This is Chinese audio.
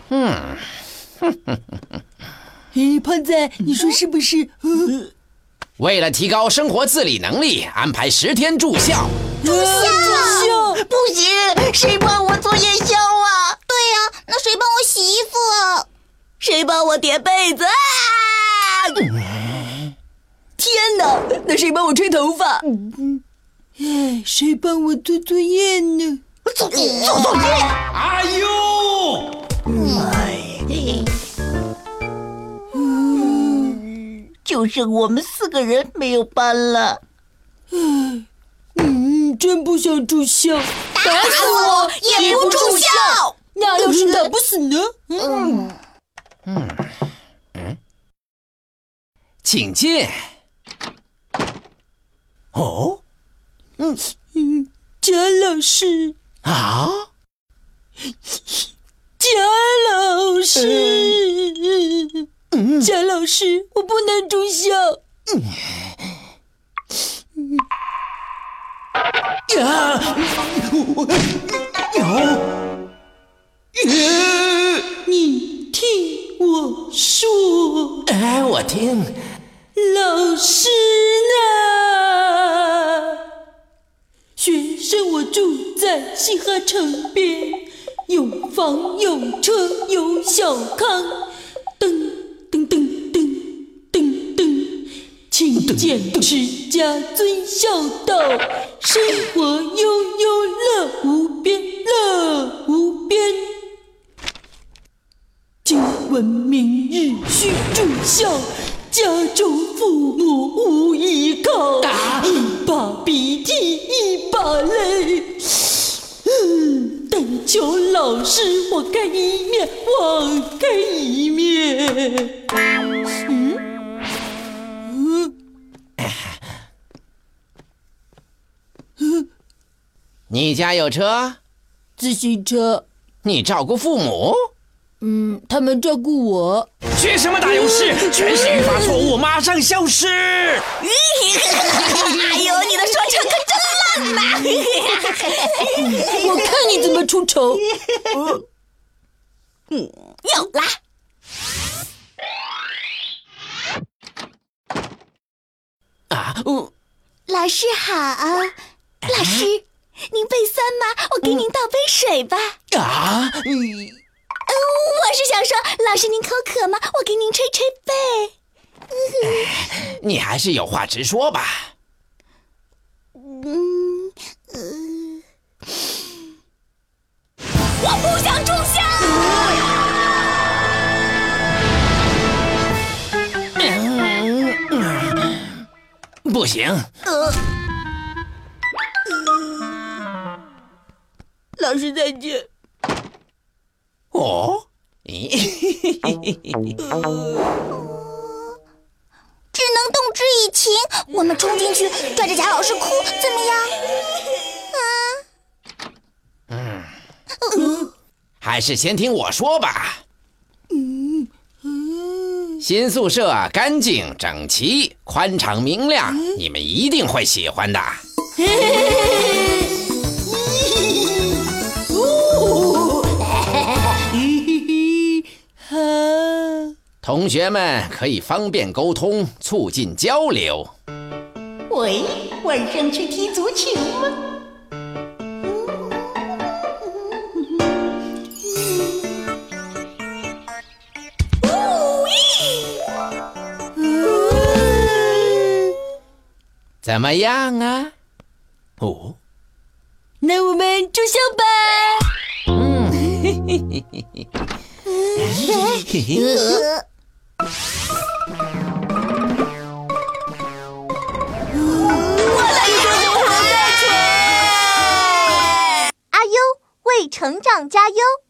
嘿，胖子，你说是不是？ 为了提高生活自理能力，安排10天住校。 住校不行，谁帮我做夜宵啊？对呀，那谁帮我洗衣服啊？谁帮我叠被子啊？ 天哪，那谁帮我吹头发？哎，谁帮我做作业呢？ 做作业？ 哎呦！ 就剩我们4个人没有班了。 真不想住校， 打死我也不住校。 那要是打不死呢？ 请进。哦， 贾老师啊， 贾老师，贾老师，我不能住校。你听我说， 哎，我听。 老师呢？学生我住在西河城边，有房有车有小康，噔噔噔噔噔噔，勤俭持家遵孝道，生活悠悠乐无边，乐无边。今闻明日须住校，家中父母无依靠，一把鼻涕一把泪，但求老师网开一面，网开一面。 你家有车？ 自行车。 你照顾父母？ 他们照顾我。 学什么打油诗？全是语法错误，马上消失！ 哎呦，你的说唱可真烂呐！ 我看你怎么出丑。 有啦。老师好，老师，您背酸吗？我给您倒杯水吧。我是想说，老师您口渴吗？我给您吹吹背。 你还是有话直说吧。 我不想住校。 不行。 老师再见。 哦， 只能动之以情，我们冲进去拽着贾老师哭，怎么样？ 还是先听我说吧。新宿舍干净整齐，宽敞明亮，你们一定会喜欢的。同学们可以方便沟通，促进交流。 喂，晚上去踢足球吗？ 怎么样啊？ 那我们住校吧。 阿优为成长加油。